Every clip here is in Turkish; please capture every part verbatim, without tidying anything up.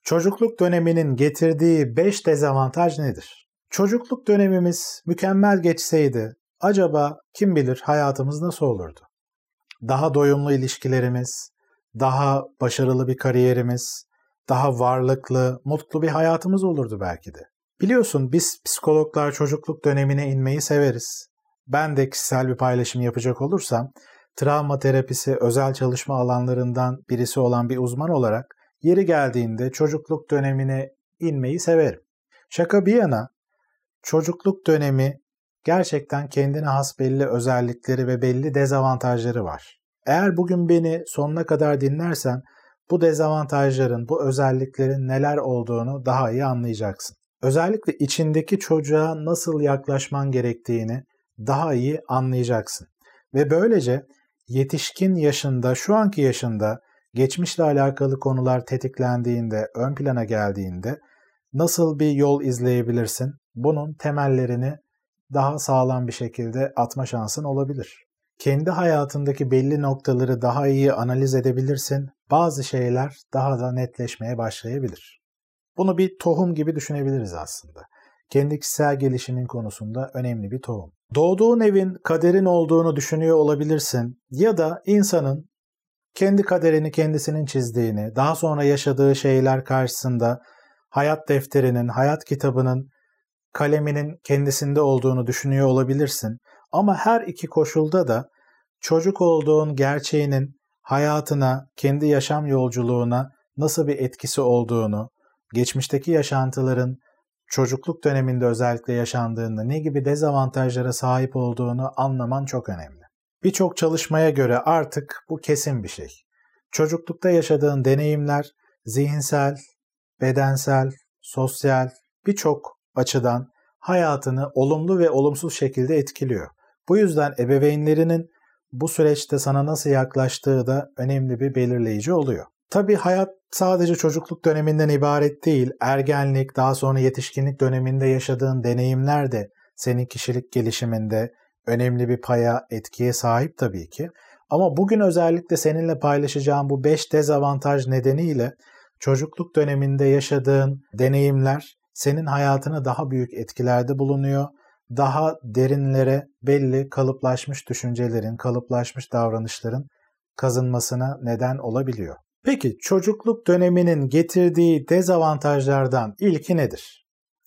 Çocukluk döneminin getirdiği beş dezavantaj nedir? Çocukluk dönemimiz mükemmel geçseydi acaba kim bilir hayatımız nasıl olurdu? Daha doyumlu ilişkilerimiz, daha başarılı bir kariyerimiz, daha varlıklı, mutlu bir hayatımız olurdu belki de. Biliyorsun biz psikologlar çocukluk dönemine inmeyi severiz. Ben de kişisel bir paylaşım yapacak olursam, travma terapisi özel çalışma alanlarından birisi olan bir uzman olarak yeri geldiğinde çocukluk dönemine inmeyi severim. Şaka bir yana, çocukluk dönemi gerçekten kendine has belli özellikleri ve belli dezavantajları var. Eğer bugün beni sonuna kadar dinlersen bu dezavantajların, bu özelliklerin neler olduğunu daha iyi anlayacaksın. Özellikle içindeki çocuğa nasıl yaklaşman gerektiğini daha iyi anlayacaksın. Ve böylece yetişkin yaşında, şu anki yaşında geçmişle alakalı konular tetiklendiğinde, ön plana geldiğinde nasıl bir yol izleyebilirsin? Bunun temellerini daha sağlam bir şekilde atma şansın olabilir. Kendi hayatındaki belli noktaları daha iyi analiz edebilirsin. Bazı şeyler daha da netleşmeye başlayabilir. Bunu bir tohum gibi düşünebiliriz aslında. Kendi kişisel gelişimin konusunda önemli bir tohum. Doğduğun evin kaderin olduğunu düşünüyor olabilirsin ya da insanın kendi kaderini kendisinin çizdiğini, daha sonra yaşadığı şeyler karşısında hayat defterinin, hayat kitabının, kaleminin kendisinde olduğunu düşünüyor olabilirsin. Ama her iki koşulda da çocuk olduğun gerçeğinin hayatına, kendi yaşam yolculuğuna nasıl bir etkisi olduğunu, geçmişteki yaşantıların çocukluk döneminde özellikle yaşandığında ne gibi dezavantajlara sahip olduğunu anlaman çok önemli. Birçok çalışmaya göre artık bu kesin bir şey. Çocuklukta yaşadığın deneyimler zihinsel, bedensel, sosyal birçok açıdan hayatını olumlu ve olumsuz şekilde etkiliyor. Bu yüzden ebeveynlerinin bu süreçte sana nasıl yaklaştığı da önemli bir belirleyici oluyor. Tabii hayat sadece çocukluk döneminden ibaret değil. Ergenlik, daha sonra yetişkinlik döneminde yaşadığın deneyimler de senin kişilik gelişiminde önemli bir paya, etkiye sahip tabii ki. Ama bugün özellikle seninle paylaşacağım bu beş dezavantaj nedeniyle çocukluk döneminde yaşadığın deneyimler senin hayatına daha büyük etkilerde bulunuyor. Daha derinlere belli kalıplaşmış düşüncelerin, kalıplaşmış davranışların kazınmasına neden olabiliyor. Peki çocukluk döneminin getirdiği dezavantajlardan ilki nedir?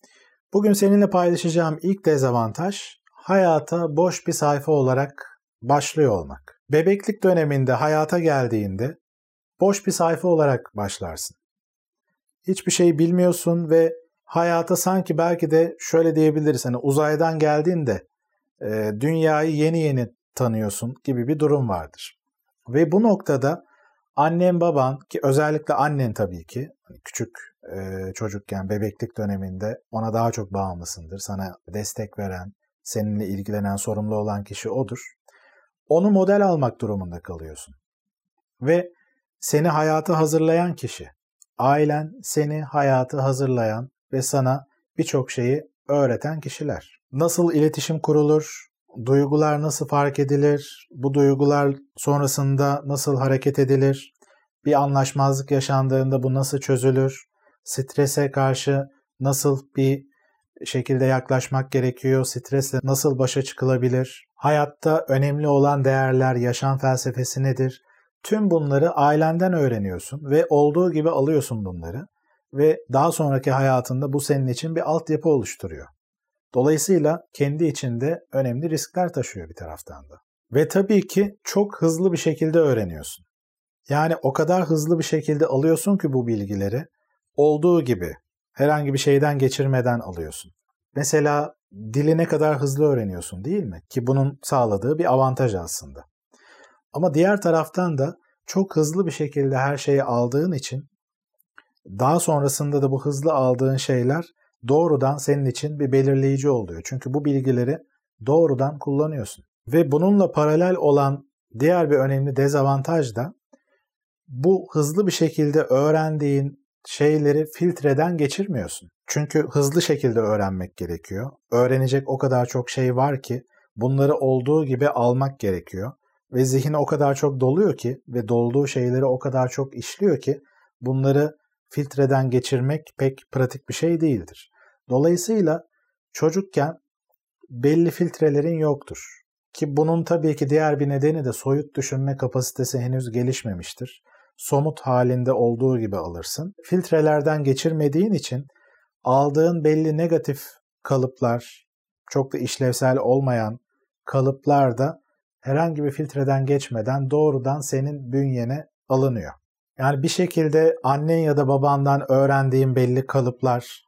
Bugün seninle paylaşacağım ilk dezavantaj hayata boş bir sayfa olarak başlıyor olmak. Bebeklik döneminde hayata geldiğinde boş bir sayfa olarak başlarsın. Hiçbir şey bilmiyorsun ve hayata sanki belki de şöyle diyebiliriz, hani uzaydan geldiğinde e, dünyayı yeni yeni tanıyorsun gibi bir durum vardır. Ve bu noktada annen baban, ki özellikle annen tabii ki küçük e, çocukken bebeklik döneminde ona daha çok bağımlısındır. Sana destek veren, seninle ilgilenen, sorumlu olan kişi odur. Onu model almak durumunda kalıyorsun. Ve seni hayata hazırlayan kişi, ailen seni hayata hazırlayan ve sana birçok şeyi öğreten kişiler. Nasıl iletişim kurulur, duygular nasıl fark edilir, bu duygular sonrasında nasıl hareket edilir, bir anlaşmazlık yaşandığında bu nasıl çözülür, strese karşı nasıl bir şekilde yaklaşmak gerekiyor, stresle nasıl başa çıkılabilir, hayatta önemli olan değerler, yaşam felsefesi nedir? Tüm bunları ailenden öğreniyorsun ve olduğu gibi alıyorsun bunları ve daha sonraki hayatında bu senin için bir altyapı oluşturuyor. Dolayısıyla kendi içinde önemli riskler taşıyor bir taraftan da. Ve tabii ki çok hızlı bir şekilde öğreniyorsun. Yani o kadar hızlı bir şekilde alıyorsun ki bu bilgileri, olduğu gibi herhangi bir şeyden geçirmeden alıyorsun. Mesela dili ne kadar hızlı öğreniyorsun değil mi? Ki bunun sağladığı bir avantaj aslında. Ama diğer taraftan da çok hızlı bir şekilde her şeyi aldığın için daha sonrasında da bu hızlı aldığın şeyler doğrudan senin için bir belirleyici oluyor. Çünkü bu bilgileri doğrudan kullanıyorsun. Ve bununla paralel olan diğer bir önemli dezavantaj da bu hızlı bir şekilde öğrendiğin şeyleri filtreden geçirmiyorsun. Çünkü hızlı şekilde öğrenmek gerekiyor. Öğrenecek o kadar çok şey var ki bunları olduğu gibi almak gerekiyor. Ve zihin o kadar çok doluyor ki ve dolduğu şeyleri o kadar çok işliyor ki bunları filtreden geçirmek pek pratik bir şey değildir. Dolayısıyla çocukken belli filtrelerin yoktur. Ki bunun tabii ki diğer bir nedeni de soyut düşünme kapasitesi henüz gelişmemiştir. Somut halinde olduğu gibi alırsın. Filtrelerden geçirmediğin için aldığın belli negatif kalıplar, çok da işlevsel olmayan kalıplar da herhangi bir filtreden geçmeden doğrudan senin bünyene alınıyor. Yani bir şekilde annen ya da babandan öğrendiğin belli kalıplar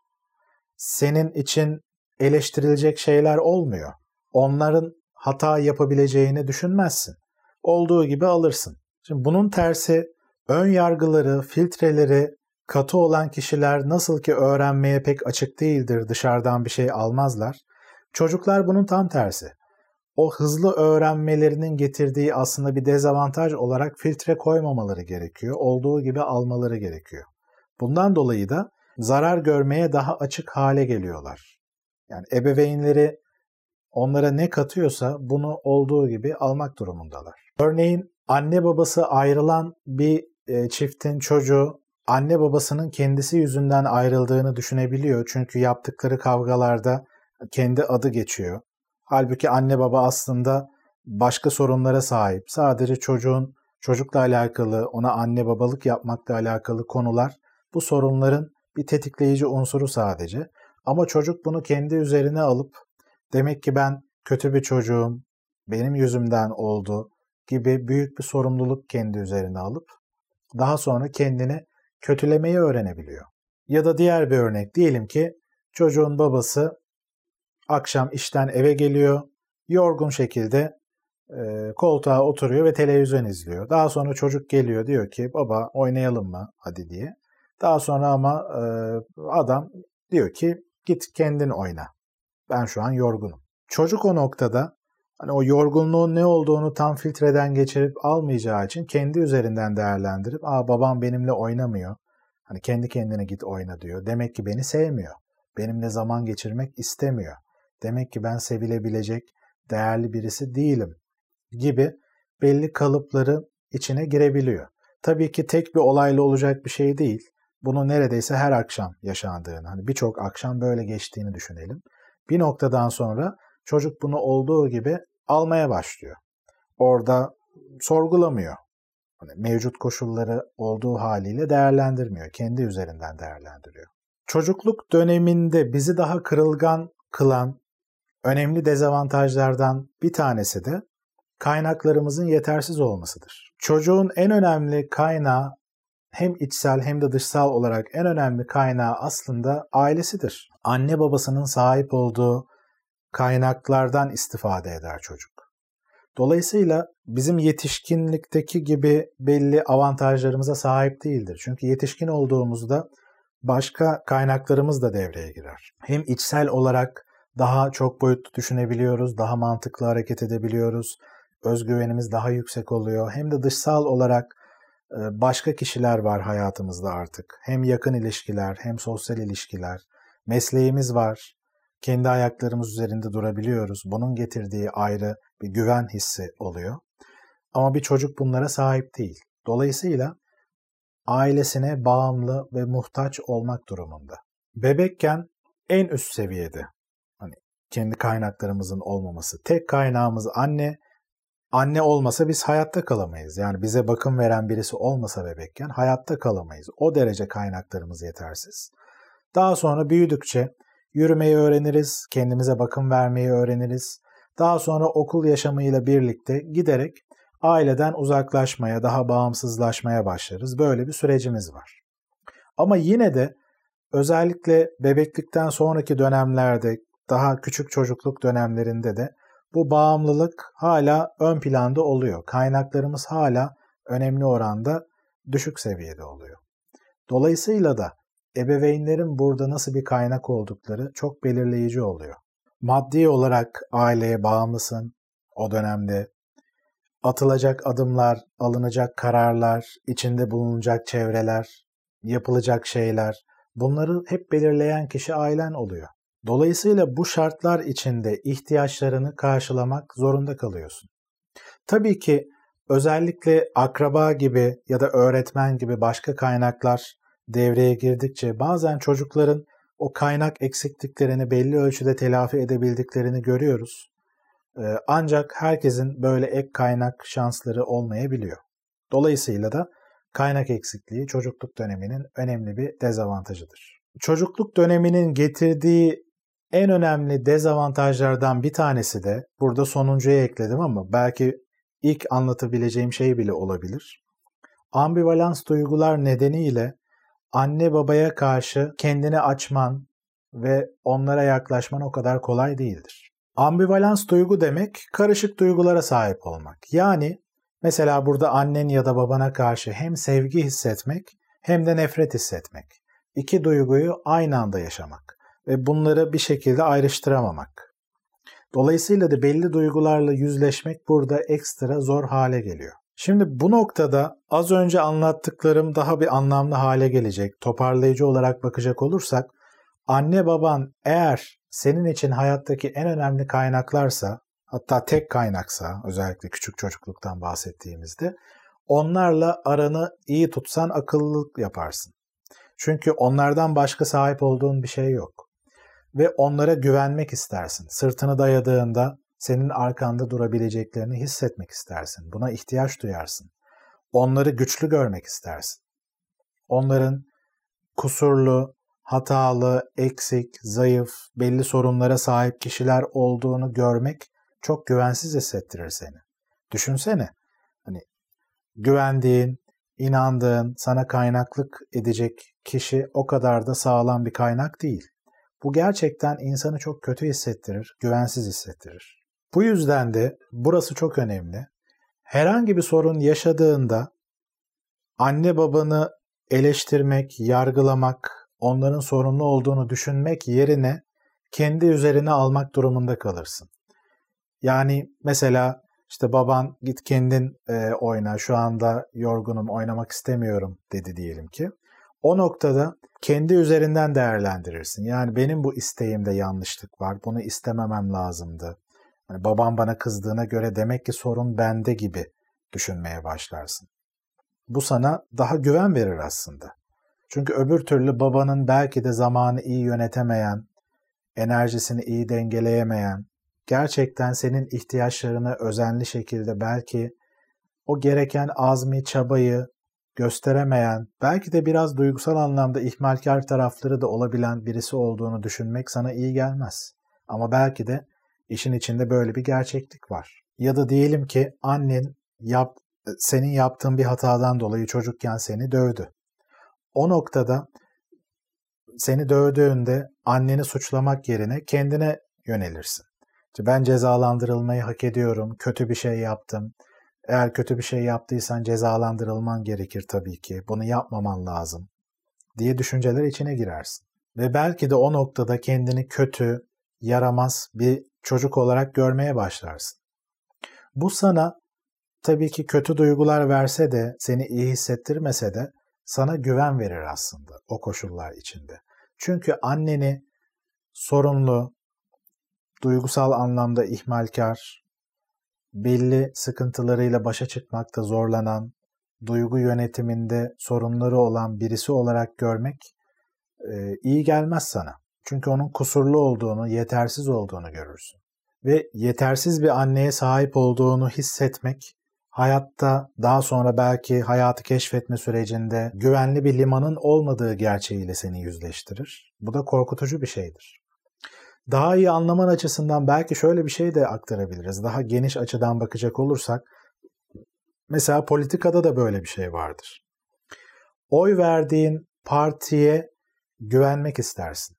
senin için eleştirilecek şeyler olmuyor. Onların hata yapabileceğini düşünmezsin. Olduğu gibi alırsın. Şimdi bunun tersi ön yargıları, filtreleri katı olan kişiler nasıl ki öğrenmeye pek açık değildir, dışarıdan bir şey almazlar. Çocuklar bunun tam tersi. O hızlı öğrenmelerinin getirdiği aslında bir dezavantaj olarak filtre koymamaları gerekiyor. Olduğu gibi almaları gerekiyor. Bundan dolayı da zarar görmeye daha açık hale geliyorlar. Yani ebeveynleri onlara ne katıyorsa bunu olduğu gibi almak durumundalar. Örneğin anne babası ayrılan bir çiftin çocuğu anne babasının kendisi yüzünden ayrıldığını düşünebiliyor. Çünkü yaptıkları kavgalarda kendi adı geçiyor. Halbuki anne baba aslında başka sorunlara sahip. Sadece çocuğun çocukla alakalı, ona anne babalık yapmakla alakalı konular bu sorunların bir tetikleyici unsuru sadece. Ama çocuk bunu kendi üzerine alıp demek ki ben kötü bir çocuğum, benim yüzümden oldu gibi büyük bir sorumluluk kendi üzerine alıp daha sonra kendini kötülemeyi öğrenebiliyor. Ya da diğer bir örnek, diyelim ki çocuğun babası akşam işten eve geliyor, yorgun şekilde e, koltuğa oturuyor ve televizyon izliyor. Daha sonra çocuk geliyor, diyor ki baba oynayalım mı hadi diye. Daha sonra ama e, adam diyor ki git kendin oyna. Ben şu an yorgunum. Çocuk o noktada hani o yorgunluğun ne olduğunu tam filtreden geçirip almayacağı için kendi üzerinden değerlendirip aa babam benimle oynamıyor. Hani kendi kendine git oyna diyor. Demek ki beni sevmiyor. Benimle zaman geçirmek istemiyor. Demek ki ben sevilebilecek değerli birisi değilim gibi belli kalıpları içine girebiliyor. Tabii ki tek bir olayla olacak bir şey değil. Bunu neredeyse her akşam yaşandığını, hani birçok akşam böyle geçtiğini düşünelim. Bir noktadan sonra çocuk bunu olduğu gibi almaya başlıyor. Orada sorgulamıyor. Hani mevcut koşulları olduğu haliyle değerlendirmiyor. Kendi üzerinden değerlendiriyor. Çocukluk döneminde bizi daha kırılgan kılan önemli dezavantajlardan bir tanesi de kaynaklarımızın yetersiz olmasıdır. Çocuğun en önemli kaynağı hem içsel hem de dışsal olarak en önemli kaynağı aslında ailesidir. Anne babasının sahip olduğu kaynaklardan istifade eder çocuk. Dolayısıyla bizim yetişkinlikteki gibi belli avantajlarımıza sahip değildir. Çünkü yetişkin olduğumuzda başka kaynaklarımız da devreye girer. Hem içsel olarak daha çok boyutlu düşünebiliyoruz, daha mantıklı hareket edebiliyoruz, özgüvenimiz daha yüksek oluyor. Hem de dışsal olarak başka kişiler var hayatımızda artık. Hem yakın ilişkiler, hem sosyal ilişkiler, mesleğimiz var. Kendi ayaklarımız üzerinde durabiliyoruz. Bunun getirdiği ayrı bir güven hissi oluyor. Ama bir çocuk bunlara sahip değil. Dolayısıyla ailesine bağımlı ve muhtaç olmak durumunda. Bebekken en üst seviyede, hani kendi kaynaklarımızın olmaması, tek kaynağımız anne. Anne olmasa biz hayatta kalamayız. Yani bize bakım veren birisi olmasa bebekken hayatta kalamayız. O derece kaynaklarımız yetersiz. Daha sonra büyüdükçe yürümeyi öğreniriz, kendimize bakım vermeyi öğreniriz. Daha sonra okul yaşamıyla birlikte giderek aileden uzaklaşmaya, daha bağımsızlaşmaya başlarız. Böyle bir sürecimiz var. Ama yine de özellikle bebeklikten sonraki dönemlerde, daha küçük çocukluk dönemlerinde de bu bağımlılık hala ön planda oluyor. Kaynaklarımız hala önemli oranda düşük seviyede oluyor. Dolayısıyla da ebeveynlerin burada nasıl bir kaynak oldukları çok belirleyici oluyor. Maddi olarak aileye bağımlısın o dönemde. Atılacak adımlar, alınacak kararlar, içinde bulunacak çevreler, yapılacak şeyler, bunları hep belirleyen kişi ailen oluyor. Dolayısıyla bu şartlar içinde ihtiyaçlarını karşılamak zorunda kalıyorsun. Tabii ki özellikle akraba gibi ya da öğretmen gibi başka kaynaklar devreye girdikçe bazen çocukların o kaynak eksikliklerini belli ölçüde telafi edebildiklerini görüyoruz. Ancak herkesin böyle ek kaynak şansları olmayabiliyor. Dolayısıyla da kaynak eksikliği çocukluk döneminin önemli bir dezavantajıdır. Çocukluk döneminin getirdiği en önemli dezavantajlardan bir tanesi de, burada sonuncuya ekledim ama belki ilk anlatabileceğim şey bile olabilir. Ambivalans duygular nedeniyle anne babaya karşı kendini açman ve onlara yaklaşman o kadar kolay değildir. Ambivalans duygu demek karışık duygulara sahip olmak. Yani mesela burada annen ya da babana karşı hem sevgi hissetmek hem de nefret hissetmek. İki duyguyu aynı anda yaşamak ve bunları bir şekilde ayrıştıramamak. Dolayısıyla da belli duygularla yüzleşmek burada ekstra zor hale geliyor. Şimdi bu noktada az önce anlattıklarım daha bir anlamlı hale gelecek. Toparlayıcı olarak bakacak olursak, anne baban eğer senin için hayattaki en önemli kaynaklarsa, hatta tek kaynaksa, özellikle küçük çocukluktan bahsettiğimizde, onlarla aranı iyi tutsan akıllılık yaparsın. Çünkü onlardan başka sahip olduğun bir şey yok. Ve onlara güvenmek istersin. Sırtını dayadığında senin arkanda durabileceklerini hissetmek istersin. Buna ihtiyaç duyarsın. Onları güçlü görmek istersin. Onların kusurlu, hatalı, eksik, zayıf, belli sorunlara sahip kişiler olduğunu görmek çok güvensiz hissettirir seni. Düşünsene, hani güvendiğin, inandığın, sana kaynaklık edecek kişi o kadar da sağlam bir kaynak değil. Bu gerçekten insanı çok kötü hissettirir, güvensiz hissettirir. Bu yüzden de burası çok önemli. Herhangi bir sorun yaşadığında anne babanı eleştirmek, yargılamak, onların sorunlu olduğunu düşünmek yerine kendi üzerine almak durumunda kalırsın. Yani mesela işte baban git kendin e, oyna, şu anda yorgunum, oynamak istemiyorum dedi diyelim ki. O noktada kendi üzerinden değerlendirirsin. Yani benim bu isteğimde yanlışlık var, bunu istememem lazımdı. Yani babam bana kızdığına göre demek ki sorun bende gibi düşünmeye başlarsın. Bu sana daha güven verir aslında. Çünkü öbür türlü babanın belki de zamanı iyi yönetemeyen, enerjisini iyi dengeleyemeyen, gerçekten senin ihtiyaçlarını özenli şekilde belki o gereken azmi, çabayı gösteremeyen, belki de biraz duygusal anlamda ihmalkar tarafları da olabilen birisi olduğunu düşünmek sana iyi gelmez. Ama belki de işin içinde böyle bir gerçeklik var. Ya da diyelim ki annen yap, senin yaptığın bir hatadan dolayı çocukken seni dövdü. O noktada seni dövdüğünde anneni suçlamak yerine kendine yönelirsin. İşte ben cezalandırılmayı hak ediyorum, kötü bir şey yaptım. Eğer kötü bir şey yaptıysan cezalandırılman gerekir tabii ki, bunu yapmaman lazım diye düşünceler içine girersin. Ve belki de o noktada kendini kötü, yaramaz bir çocuk olarak görmeye başlarsın. Bu sana tabii ki kötü duygular verse de, seni iyi hissettirmese de sana güven verir aslında o koşullar içinde. Çünkü anneni sorumlu, duygusal anlamda ihmalkar, belli sıkıntılarıyla başa çıkmakta zorlanan, duygu yönetiminde sorunları olan birisi olarak görmek e, iyi gelmez sana. Çünkü onun kusurlu olduğunu, yetersiz olduğunu görürsün. Ve yetersiz bir anneye sahip olduğunu hissetmek, hayatta daha sonra belki hayatı keşfetme sürecinde güvenli bir limanın olmadığı gerçeğiyle seni yüzleştirir. Bu da korkutucu bir şeydir. Daha iyi anlaman açısından belki şöyle bir şey de aktarabiliriz. Daha geniş açıdan bakacak olursak, mesela politikada da böyle bir şey vardır. Oy verdiğin partiye güvenmek istersin.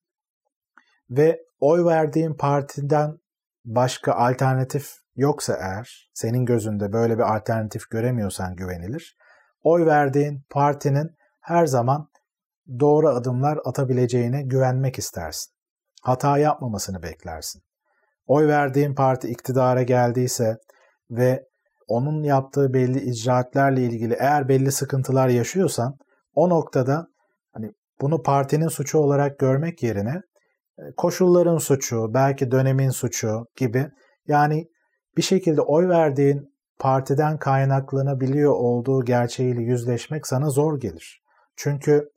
Ve oy verdiğin partiden başka alternatif yoksa eğer, senin gözünde böyle bir alternatif göremiyorsan güvenilir, oy verdiğin partinin her zaman doğru adımlar atabileceğine güvenmek istersin. Hata yapmamasını beklersin. Oy verdiğin parti iktidara geldiyse ve onun yaptığı belli icraatlerle ilgili eğer belli sıkıntılar yaşıyorsan, o noktada hani bunu partinin suçu olarak görmek yerine koşulların suçu, belki dönemin suçu gibi, yani bir şekilde oy verdiğin partiden kaynaklanabiliyor olduğu gerçeğiyle yüzleşmek sana zor gelir. Çünkü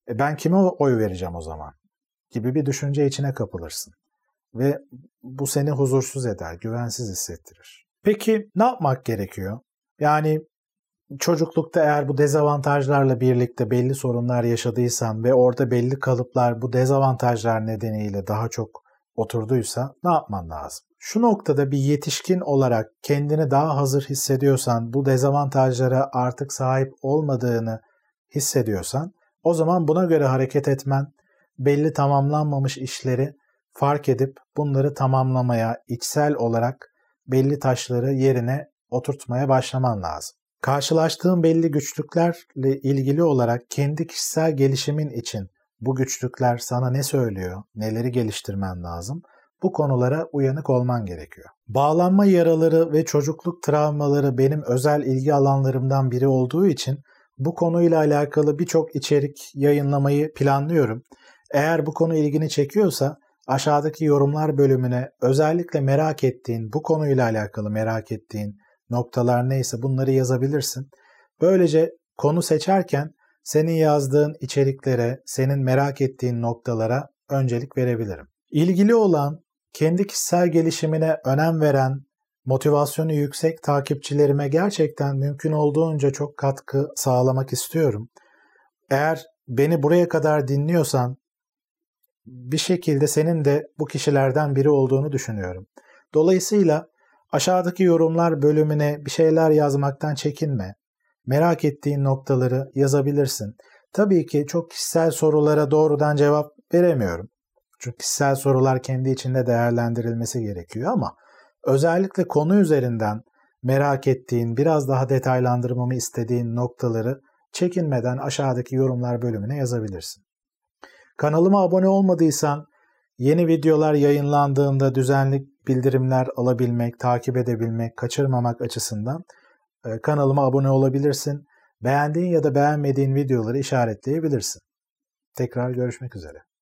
E ben kime oy vereceğim o zaman? Gibi bir düşünce içine kapılırsın. Ve bu seni huzursuz eder, güvensiz hissettirir. Peki ne yapmak gerekiyor? Yani çocuklukta eğer bu dezavantajlarla birlikte belli sorunlar yaşadıysan ve orada belli kalıplar bu dezavantajlar nedeniyle daha çok oturduysa ne yapman lazım? Şu noktada bir yetişkin olarak kendini daha hazır hissediyorsan, bu dezavantajlara artık sahip olmadığını hissediyorsan, o zaman buna göre hareket etmen, belli tamamlanmamış işleri fark edip bunları tamamlamaya, içsel olarak belli taşları yerine oturtmaya başlaman lazım. Karşılaştığın belli güçlüklerle ilgili olarak kendi kişisel gelişimin için bu güçlükler sana ne söylüyor, neleri geliştirmen lazım? Bu konulara uyanık olman gerekiyor. Bağlanma yaraları ve çocukluk travmaları benim özel ilgi alanlarımdan biri olduğu için bu konuyla alakalı birçok içerik yayınlamayı planlıyorum. Eğer bu konu ilgini çekiyorsa aşağıdaki yorumlar bölümüne özellikle merak ettiğin, bu konuyla alakalı merak ettiğin noktalar neyse bunları yazabilirsin. Böylece konu seçerken senin yazdığın içeriklere, senin merak ettiğin noktalara öncelik verebilirim. İlgili olan, kendi kişisel gelişimine önem veren, motivasyonu yüksek takipçilerime gerçekten mümkün olduğunca çok katkı sağlamak istiyorum. Eğer beni buraya kadar dinliyorsan, bir şekilde senin de bu kişilerden biri olduğunu düşünüyorum. Dolayısıyla aşağıdaki yorumlar bölümüne bir şeyler yazmaktan çekinme. Merak ettiğin noktaları yazabilirsin. Tabii ki çok kişisel sorulara doğrudan cevap veremiyorum. Çünkü kişisel sorular kendi içinde değerlendirilmesi gerekiyor ama özellikle konu üzerinden merak ettiğin, biraz daha detaylandırmamı istediğin noktaları çekinmeden aşağıdaki yorumlar bölümüne yazabilirsin. Kanalıma abone olmadıysan yeni videolar yayınlandığında düzenli bildirimler alabilmek, takip edebilmek, kaçırmamak açısından kanalıma abone olabilirsin. Beğendiğin ya da beğenmediğin videoları işaretleyebilirsin. Tekrar görüşmek üzere.